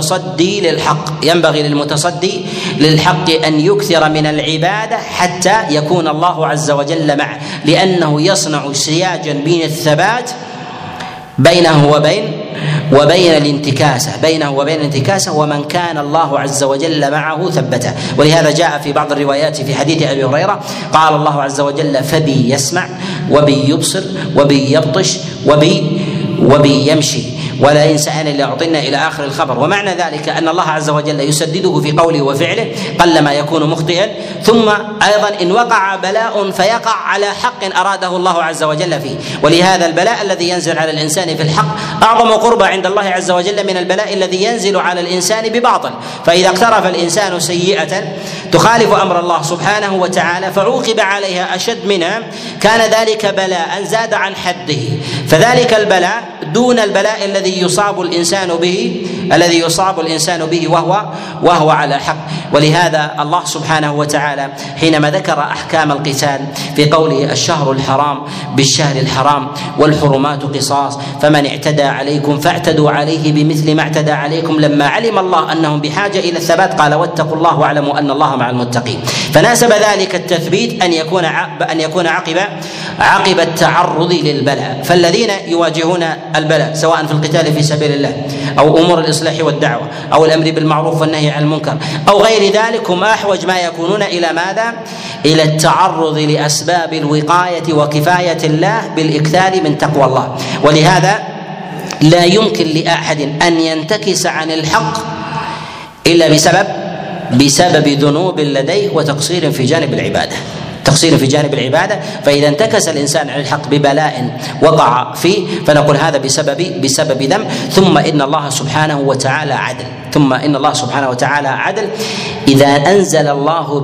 Speaker 1: للمتصدي للحق أن يكثر من العبادة حتى يكون الله عز وجل معه، لأنه يصنع سياجا بين الثبات بينه وبين الانتكاسة، ومن كان الله عز وجل معه ثبته. ولهذا جاء في بعض الروايات في حديث أبي هريرة قال الله عز وجل: فبي يسمع وبي يبصر وبي يبطش وبي يمشي ولئن سألني لأعطينا إلى آخر الخبر. ومعنى ذلك أن الله عز وجل يسدده في قوله وفعله قلما يكون مخطئا. ثم أيضا إن وقع بلاء فيقع على حق أراده الله عز وجل فيه. ولهذا البلاء الذي ينزل على الإنسان في الحق أعظم قربة عند الله عز وجل من البلاء الذي ينزل على الإنسان بباطل. فإذا اقترف الإنسان سيئة تخالف أمر الله سبحانه وتعالى فعوقب عليها أشد منها كان ذلك بلاء زاد عن حده، فذلك البلاء دون البلاء الذي يصاب الإنسان به وهو على حق. ولهذا الله سبحانه وتعالى حينما ذكر أحكام القتال في قوله: الشهر الحرام بالشهر الحرام والحرمات قصاص فمن اعتدى عليكم فاعتدوا عليه بمثل ما اعتدى عليكم، لما علم الله أنهم بحاجة إلى الثبات قال: واتقوا الله واعلموا أن الله مع المتقين. فناسب ذلك التثبيت أن يكون عقب التعرض للبلاء. فالذين يواجهون البلاء سواء في القتال في سبيل الله أو أمور الإصلاح والدعوة أو الأمر بالمعروف والنهي عن المنكر أو غير ذلك هم أحوج ما يكونون إلى ماذا؟ إلى التعرض لأسباب الوقاية وكفاية الله بالإكثار من تقوى الله. ولهذا لا يمكن لأحد أن ينتكس عن الحق إلا بسبب ذنوب لديه وتقصير في جانب العبادة. فإذا انتكس الإنسان عن الحق ببلاء وقع فيه فنقول هذا بسبب ذنب. ثم إن الله سبحانه وتعالى عدل إذا أنزل الله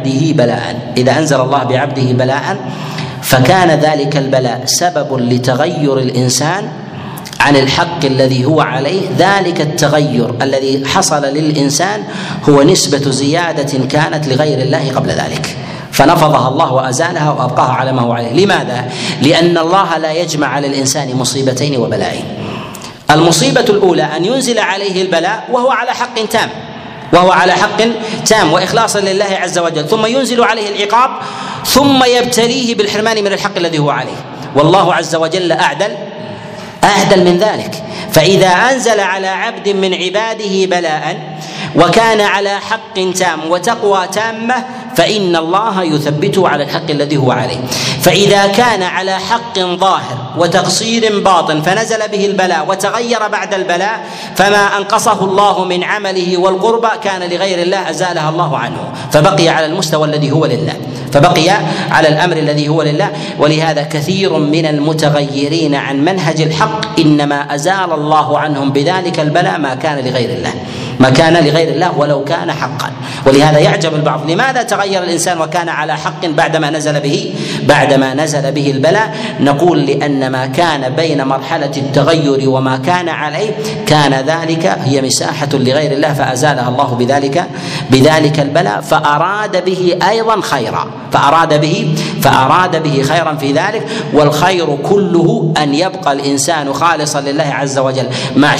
Speaker 1: بعبده بلاء فكان ذلك البلاء سبب لتغير الإنسان عن الحق الذي هو عليه. ذلك التغير الذي حصل للإنسان هو نسبة زيادة كانت لغير الله قبل ذلك، فنفضها الله وأزالها وأبقاها على ما هو عليه. لماذا؟ لأن الله لا يجمع على الإنسان مصيبتين وبلائين. المصيبة الأولى أن ينزل عليه البلاء وهو على حق تام وإخلاصا لله عز وجل، ثم ينزل عليه العقاب ثم يبتليه بالحرمان من الحق الذي هو عليه. والله عز وجل أعدل من ذلك. فإذا أنزل على عبد من عباده بلاء وكان على حق تام وتقوى تامة فإن الله يثبته على الحق الذي هو عليه. فإذا كان على حق ظاهر وتقصير باطن فنزل به البلاء وتغير بعد البلاء فما أنقصه الله من عمله والقربى كان لغير الله أزالها الله عنه، فبقي على المستوى الذي هو لله، فبقي على الأمر الذي هو لله. ولهذا كثير من المتغيرين عن منهج الحق إنما أزال الله عنهم بذلك البلاء ما كان لغير الله ولو كان حقا. ولهذا يعجب البعض لماذا تغير الإنسان وكان على حق بعدما نزل به البلاء. نقول لأن ما كان بين مرحلة التغير وما كان عليه كان ذلك هي مساحة لغير الله فأزالها الله بذلك البلاء، فأراد به أيضا خيرا، فأراد به خيرا في ذلك. والخير كله أن يبقى الإنسان خالصا لله عز وجل مع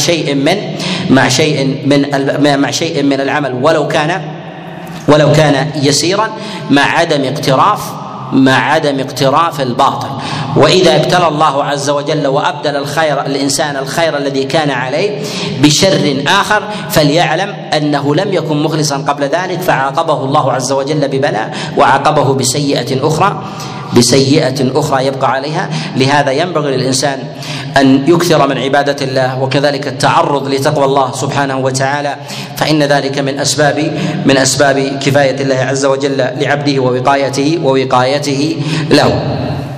Speaker 1: شيء من العمل ولو كان يسيرا، مع عدم اقتراف مع عدم اقتراف الباطل. واذا ابتلى الله عز وجل وابدل الانسان الخير الذي كان عليه بشر اخر فليعلم انه لم يكن مخلصا قبل ذلك، فعاقبه الله عز وجل ببلاء وعاقبه بسيئة اخرى يبقى عليها. لهذا ينبغي للانسان ان يكثر من عبادة الله، وكذلك التعرض لتقوى الله سبحانه وتعالى، فإن ذلك من اسباب كفاية الله عز وجل لعبده ووقايته له.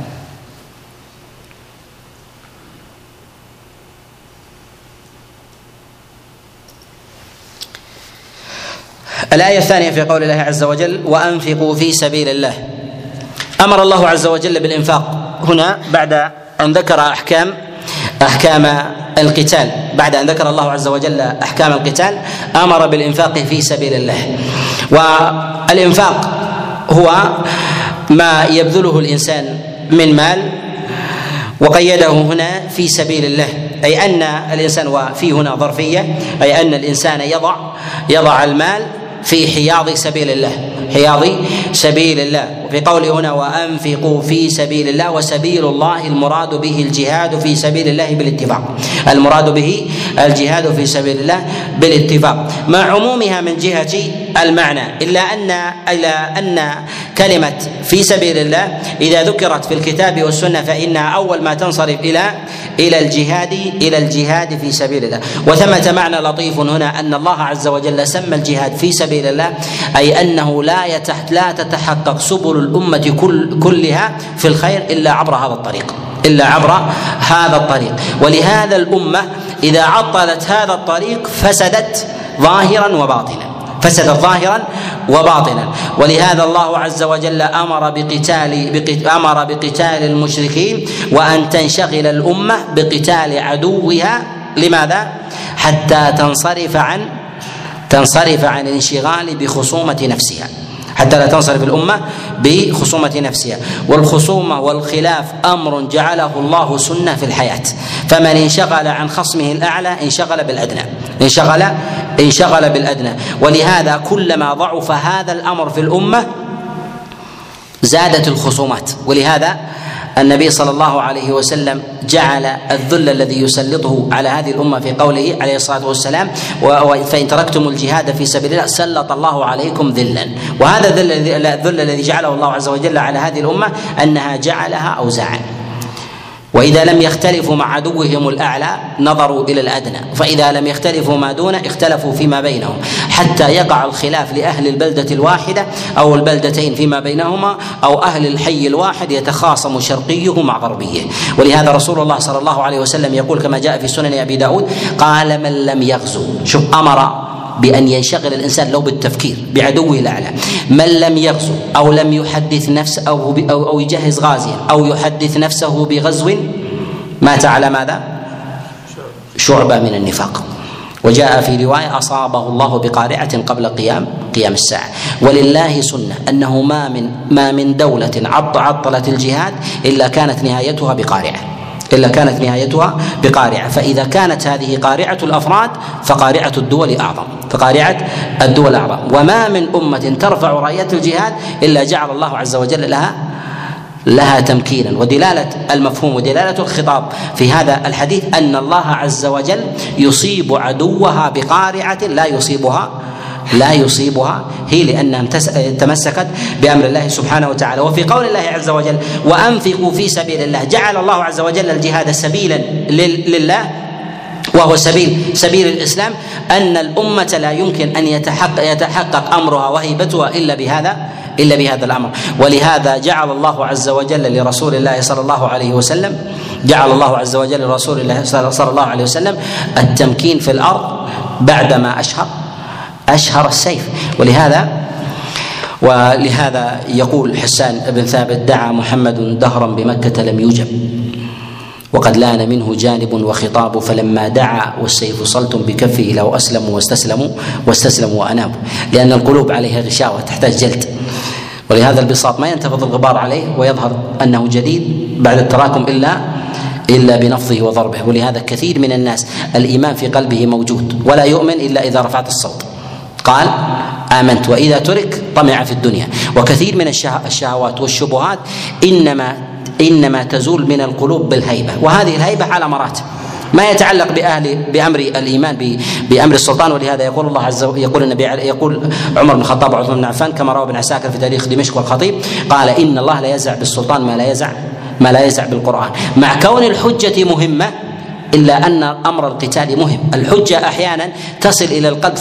Speaker 1: الآية الثانية في قول الله عز وجل: وأنفقوا في سبيل الله. أمر الله عز وجل بالإنفاق هنا بعد أن ذكر أحكام القتال. بعد أن ذكر الله عز وجل أحكام القتال أمر بالإنفاق في سبيل الله. والإنفاق هو ما يبذله الإنسان من مال، وقيده هنا في سبيل الله، أي أن الإنسان، وفي هنا ظرفية، أي أن الإنسان يضع المال في حياض سبيل الله. وفي قوله هنا: وأنفقوا في سبيل الله. وسبيل الله المراد به الجهاد في سبيل الله بالاتفاق، المراد به الجهاد في سبيل الله بالاتفاق، مع عمومها من جهة المعنى، إلا أن كلمة في سبيل الله إذا ذكرت في الكتاب والسنة فإنها أول ما تنصرف إلى الجهاد في سبيل الله. وثمة معنى لطيف هنا أن الله عز وجل سمى الجهاد في سبيل الله، أي أنه لا تتحقق سبل الأمة كلها في الخير إلا عبر هذا الطريق. ولهذا الأمة إذا عطلت هذا الطريق فسدت ظاهرا وباطنا. ولهذا الله عز وجل أمر بقتال المشركين، وأن تنشغل الأمة بقتال عدوها. لماذا؟ حتى تنصرف عن الانشغال بخصومة نفسها، حتى لا تنصرف الأمة بخصومة نفسها. والخصومة والخلاف أمر جعله الله سنة في الحياة، فمن انشغل عن خصمه الأعلى انشغل بالأدنى. ولهذا كلما ضعف هذا الأمر في الأمة زادت الخصومات. ولهذا النبي صلى الله عليه وسلم جعل الذل الذي يسلطه على هذه الأمة في قوله عليه الصلاة والسلام: فإن تركتم الجهاد في سبيل الله سلط الله عليكم ذلا. وهذا الذل الذي جعله الله عز وجل على هذه الأمة أنها جعلها أوزاعا، وإذا لم يختلفوا مع عدوهم الأعلى نظروا إلى الأدنى، فإذا لم يختلفوا ما دونه اختلفوا فيما بينهم، حتى يقع الخلاف لأهل البلدة الواحدة أو البلدتين فيما بينهما، أو أهل الحي الواحد يتخاصم شرقيه مع غربيه. ولهذا رسول الله صلى الله عليه وسلم يقول كما جاء في سنن أبي داود: قال: من لم يغزو، شوف، أمر بأن ينشغل الإنسان لو بالتفكير بعدوه الأعلى، من لم يغزو أو لم يحدث نفسه أو يجهز غازيا أو يحدث نفسه بغزو مات على ماذا؟ شعبة من النفاق. وجاء في رواية: أصابه الله بقارعة قبل قيام الساعة. ولله سنة أنه ما من دولة عطلت الجهاد إلا كانت نهايتها بقارعة. فإذا كانت هذه قارعة الأفراد فقارعة الدول أعظم. وما من أمة ترفع راية الجهاد إلا جعل الله عز وجل لها تمكينا. ودلالة المفهوم ودلالة الخطاب في هذا الحديث أن الله عز وجل يصيب عدوها بقارعة لا يصيبها هي، لأنها تمسكت بأمر الله سبحانه وتعالى. وفي قول الله عز وجل: وأنفقوا في سبيل الله، جعل الله عز وجل الجهاد سبيلا لله، وهو سبيل الإسلام، أن الأمة لا يمكن أن يتحقق أمرها وهيبتها إلا بهذا الأمر. ولهذا جعل الله عز وجل لرسول الله صلى الله عليه وسلم التمكين في الأرض بعدما أشهر السيف. ولهذا يقول حسان بن ثابت: دعا محمد دهرا بمكة لم يجب، وقد لان منه جانب وخطاب، فلما دعا والسيف صلت بكفه له أسلموا واستسلموا وأنابوا. لأن القلوب عليها غشاوة تحتاج جلد، ولهذا البساط ما ينتفض الغبار عليه ويظهر أنه جديد بعد التراكم إلا بنفضه وضربه. ولهذا كثير من الناس الإيمان في قلبه موجود ولا يؤمن إلا إذا رفعت الصوت. قال: آمنت، وإذا ترك طمع في الدنيا. وكثير من الشهوات والشبهات إنما تزول من القلوب بالهيبة، وهذه الهيبة على مراتب، ما يتعلق بأمر الإيمان بأمر السلطان. ولهذا يقول الله عز وجل، يقول عمر بن الخطاب وعثمان بن عفان كما روى ابن عساكر في تاريخ دمشق والخطيب، قال إن الله لا يزع بالسلطان ما لا يزع بالقرآن. مع كون الحجة مهمة إلا أن أمر القتال مهم. الحجة أحيانا تصل إلى القلب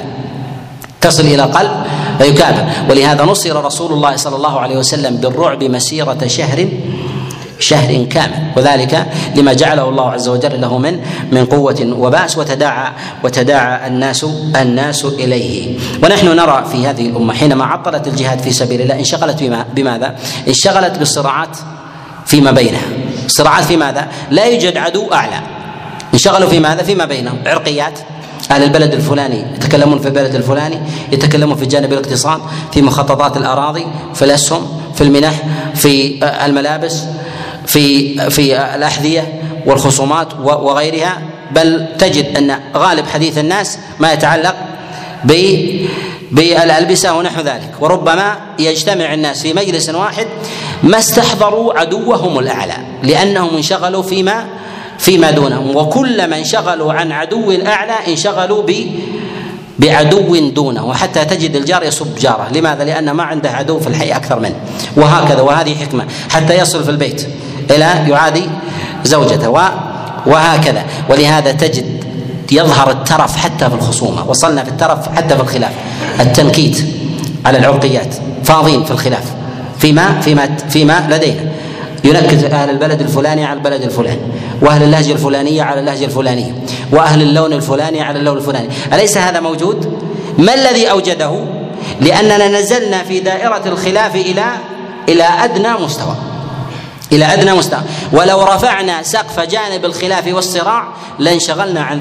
Speaker 1: فيكابر، ولهذا نصر رسول الله صلى الله عليه وسلم بالرعب مسيرة شهر كامل، وذلك لما جعله الله عز وجل له من قوة وبأس، وتداعى الناس إليه. ونحن نرى في هذه الأمة حينما عطلت الجهاد في سبيل الله انشغلت بماذا؟ انشغلت بالصراعات فيما بينها. صراعات في ماذا؟ لا يوجد عدو أعلى. انشغلوا في ماذا؟ فيما بينهم، عرقيات، أهل البلد الفلاني يتكلمون في البلد الفلاني، يتكلمون في جانب الاقتصاد، في الأراضي، في الأسهم، في المنح، في الملابس، في الأحذية والخصومات وغيرها. بل تجد أن غالب حديث الناس ما يتعلق بالألبسة ونحو ذلك، وربما يجتمع الناس في مجلس واحد ما استحضروا عدوهم الأعلى، لأنهم انشغلوا فيما دونهم، وكلما انشغلوا عن عدو الأعلى انشغلوا بعدو دونه، وحتى تجد الجار يسب جاره. لماذا؟ لأن ما عنده عدو في الحي أكثر منه، وهكذا. وهذه حكمة حتى يصل في البيت إلى يعادي زوجته وهكذا. ولهذا تجد يظهر الترف حتى في الخصومة، وصلنا في الترف حتى في الخلاف، التنكيت على العرقيات، فاضين في الخلاف فيما لدينا، ينكت أهل البلد الفلاني على البلد الفلاني، وأهل اللهجة الفلانية على اللهجة الفلانية، وأهل اللون الفلاني على اللون الفلاني. أليس هذا موجود؟ ما الذي أوجده؟ لأننا نزلنا في دائرة الخلاف إلى أدنى مستوى، ولو رفعنا سقف جانب الخلاف والصراع لانشغلنا عن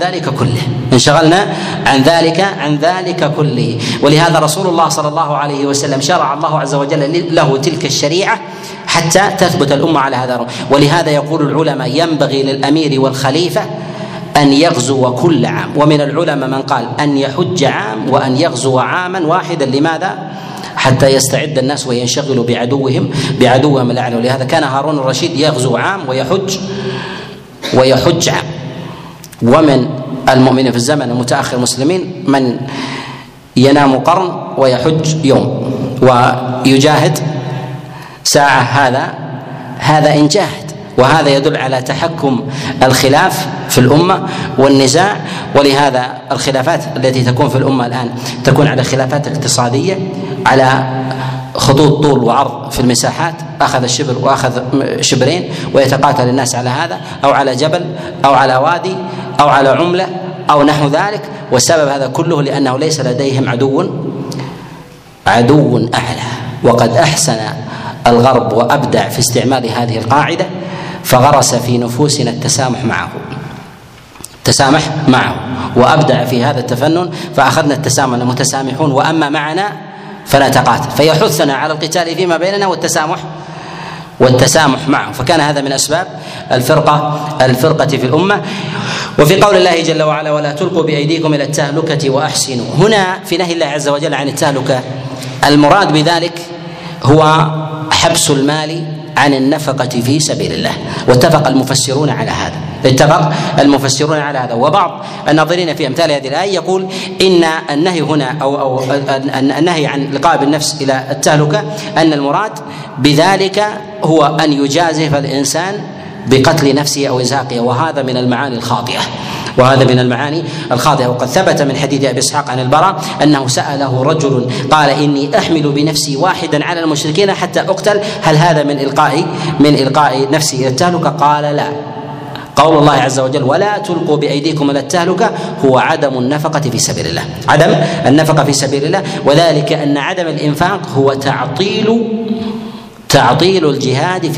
Speaker 1: ذلك كله. ولهذا رسول الله صلى الله عليه وسلم شرع الله عز وجل له تلك الشريعة حتى تثبت الأمة على هذا. ولهذا يقول العلماء ينبغي للأمير والخليفة أن يغزو كل عام، ومن العلماء من قال أن يحج عام وأن يغزو عاما واحدا. لماذا؟ حتى يستعد الناس وينشغلوا بعدوهم الأعلى. ولهذا كان هارون الرشيد يغزو عام ويحج عام. ومن المؤمنين في الزمن المتأخر المسلمين من ينام قرن ويحج يوم ويجاهد ساعة، هذا إن جاهد. وهذا يدل على تحكم الخلاف في الأمة والنزاع. ولهذا الخلافات التي تكون في الأمة الآن تكون على خلافات اقتصادية، على خطوط طول وعرض في المساحات، أخذ الشبر وأخذ شبرين ويتقاتل الناس على هذا، أو على جبل أو على وادي أو على عملة أو نحو ذلك. والسبب هذا كله لأنه ليس لديهم عدو أعلى. وقد أحسن الغرب وأبدع في استعمال هذه القاعدة، فغرس في نفوسنا التسامح معه، وأبدع في هذا التفنن، فأخذنا التسامح متسامحون، وأما معنا فنتقاتل، فيحثنا على القتال فيما بيننا والتسامح معه. فكان هذا من أسباب الفرقة في الأمة. وفي قول الله جل وعلا ولا تلقوا بأيديكم إلى التهلكة وأحسنوا، هنا في نهي الله عز وجل عن التهلكة المراد بذلك هو حبس المال عن النفقة في سبيل الله. واتفق المفسرون على هذا، وبعض الناظرين في أمثال هذه الآية يقول إن النهي هنا أو النهي عن لقاء بالنفس إلى التهلكة أن المراد بذلك هو أن يجازف الإنسان بقتل نفسه أو إزهاقه، وهذا من المعاني الخاطئة. وقد ثبت من حديث أبي إسحاق عن البراء أنه سأله رجل قال إني أحمل بنفسي واحدا على المشركين حتى أقتل، هل هذا من إلقاء نفسي إلى التهلكة؟ قال لا. قول الله عز وجل ولا تلقوا بأيديكم إلى التهلكة هو عدم النفقة في سبيل الله، وذلك أن عدم الإنفاق هو تعطيل الجهاد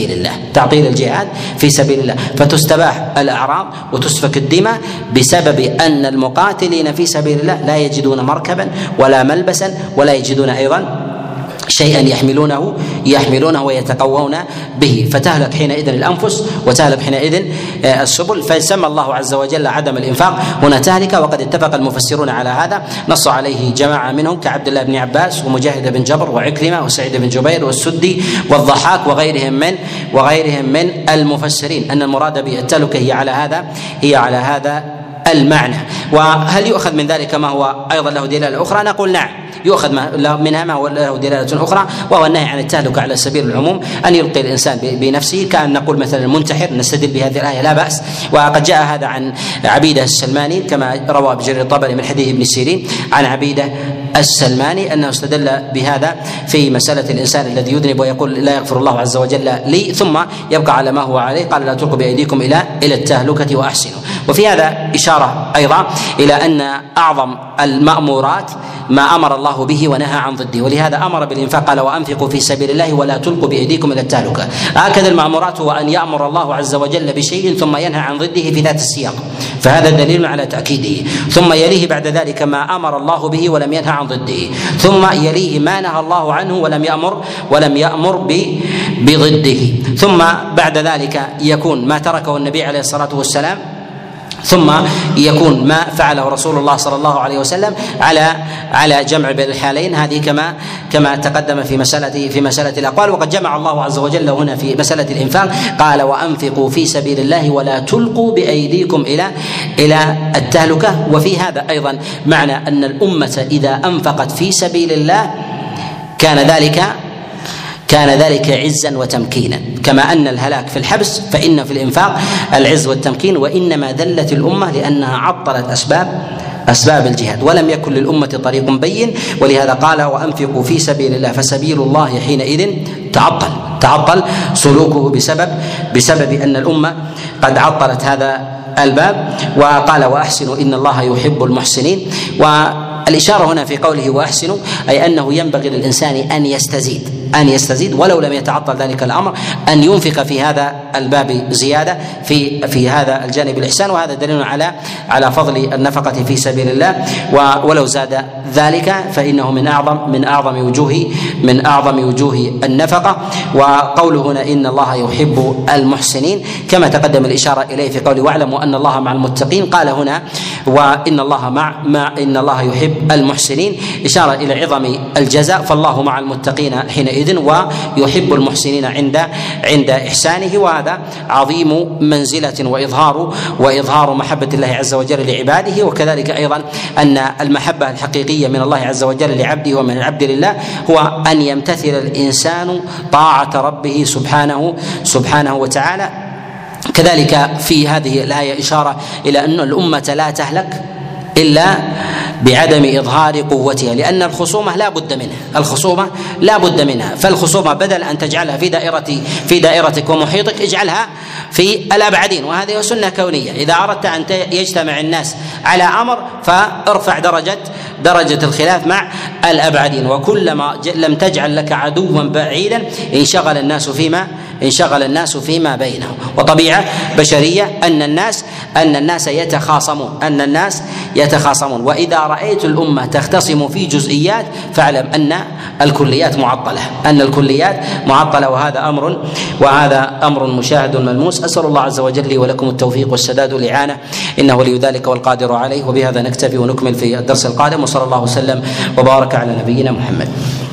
Speaker 1: في سبيل الله، فتستباح الأعراض وتسفك الدماء بسبب أن المقاتلين في سبيل الله لا يجدون مركبا ولا ملبسا ولا يجدون أيضا شيئا يحملونه ويتقوون به، فتهلك حينئذ الانفس وتهلك حينئذ السبل. فسمى الله عز وجل عدم الانفاق هنا تهلكه، وقد اتفق المفسرون على هذا، نص عليه جماعه منهم كعبد الله بن عباس ومجاهد بن جبر وعكرمه وسعيد بن جبير والسدي والضحاك وغيرهم من المفسرين ان المراد بالتهلكه هي على هذا المعنى. وهل يؤخذ من ذلك ما هو ايضا له دلاله اخرى؟ نقول نعم، يؤخذ منها ما هو له دلاله اخرى، وهو النهي عن التهلكه على سبيل العموم، ان يلقي الانسان بنفسه، كان نقول مثلا المنتحر، نستدل بهذه الايه لا باس. وقد جاء هذا عن عبيده السلماني كما روى ابن جرير الطبري من حديث ابن سيرين عن عبيده السلماني انه استدل بهذا في مساله الانسان الذي يذنب ويقول لا يغفر الله عز وجل لي ثم يبقى على ما هو عليه، قال لا تلقوا بايديكم الى التهلكه واحسنوا. وفي هذا اشاره ايضا الى ان اعظم المامورات ما امر الله به ونهى عن ضده، ولهذا امر بالانفاق، قال وانفقوا في سبيل الله ولا تلقوا بايديكم الى التهلكه. هكذا المامورات هو ان يامر الله عز وجل بشيء ثم ينهى عن ضده في ذات السياق، فهذا دليل على تاكيده. ثم يليه بعد ذلك ما امر الله به ولم ينهى عن ضده، ثم يليه ما نهى الله عنه ولم يامر بضده، ثم بعد ذلك يكون ما تركه النبي عليه الصلاه والسلام، ثم يكون ما فعله رسول الله صلى الله عليه وسلم على جمع بين الحالين. هذه كما تقدم في مساله الاقوال. وقد جمع الله عز وجل هنا في مساله الانفاق، قال وانفقوا في سبيل الله ولا تلقوا بايديكم الى التهلكه. وفي هذا ايضا معنى ان الامه اذا انفقت في سبيل الله كان ذلك عزا وتمكينا، كما ان الهلاك في الحبس فان في الانفاق العز والتمكين. وانما ذلت الامه لانها عطلت اسباب الجهاد، ولم يكن للامه طريق بين، ولهذا قال وانفقوا في سبيل الله، فسبيل الله حينئذ تعطل سلوكه بسبب ان الامه قد عطلت هذا الباب. وقال واحسنوا ان الله يحب المحسنين. والاشاره هنا في قوله واحسنوا اي انه ينبغي للانسان ان يستزيد ولو لم يتعطل ذلك الامر، ان ينفق في هذا الباب زياده في هذا الجانب الاحسان. وهذا دليل على فضل النفقه في سبيل الله، ولو زاد ذلك فانه من اعظم وجوه النفقه. وقوله هنا ان الله يحب المحسنين كما تقدم الاشاره اليه في قوله واعلموا ان الله مع المتقين، قال هنا وان الله ان الله يحب المحسنين، اشاره الى عظم الجزاء، فالله مع المتقين حينئذ ويحب المحسنين عند احسانه. وهذا عظيم منزله واظهار محبه الله عز وجل لعباده. وكذلك ايضا ان المحبه الحقيقيه من الله عز وجل لعبده ومن العبد لله هو ان يمتثل الانسان طاعه ربه سبحانه وتعالى. كذلك في هذه الايه اشاره الى ان الامه لا تهلك الا بعدم اظهار قوتها، لان الخصومه لا بد منها. فالخصومه بدل ان تجعلها في دائرتك ومحيطك اجعلها في الابعدين، وهذه سنه كونيه. اذا اردت ان يجتمع الناس على امر فارفع درجه الخلاف مع الابعدين، وكلما لم تجعل لك عدوا بعيدا انشغل الناس فيما بينهم. وطبيعه بشريه ان الناس يتخاصمون، واذا رايت الامه تختصم في جزئيات فاعلم ان الكليات معطله، وهذا امر مشاهد ملموس. اسال الله عز وجل لي ولكم التوفيق والسداد والاعانه، انه ولي ذلك والقادر عليه. وبهذا نكتفي ونكمل في الدرس القادم، وصلى الله وسلم وبارك على نبينا محمد.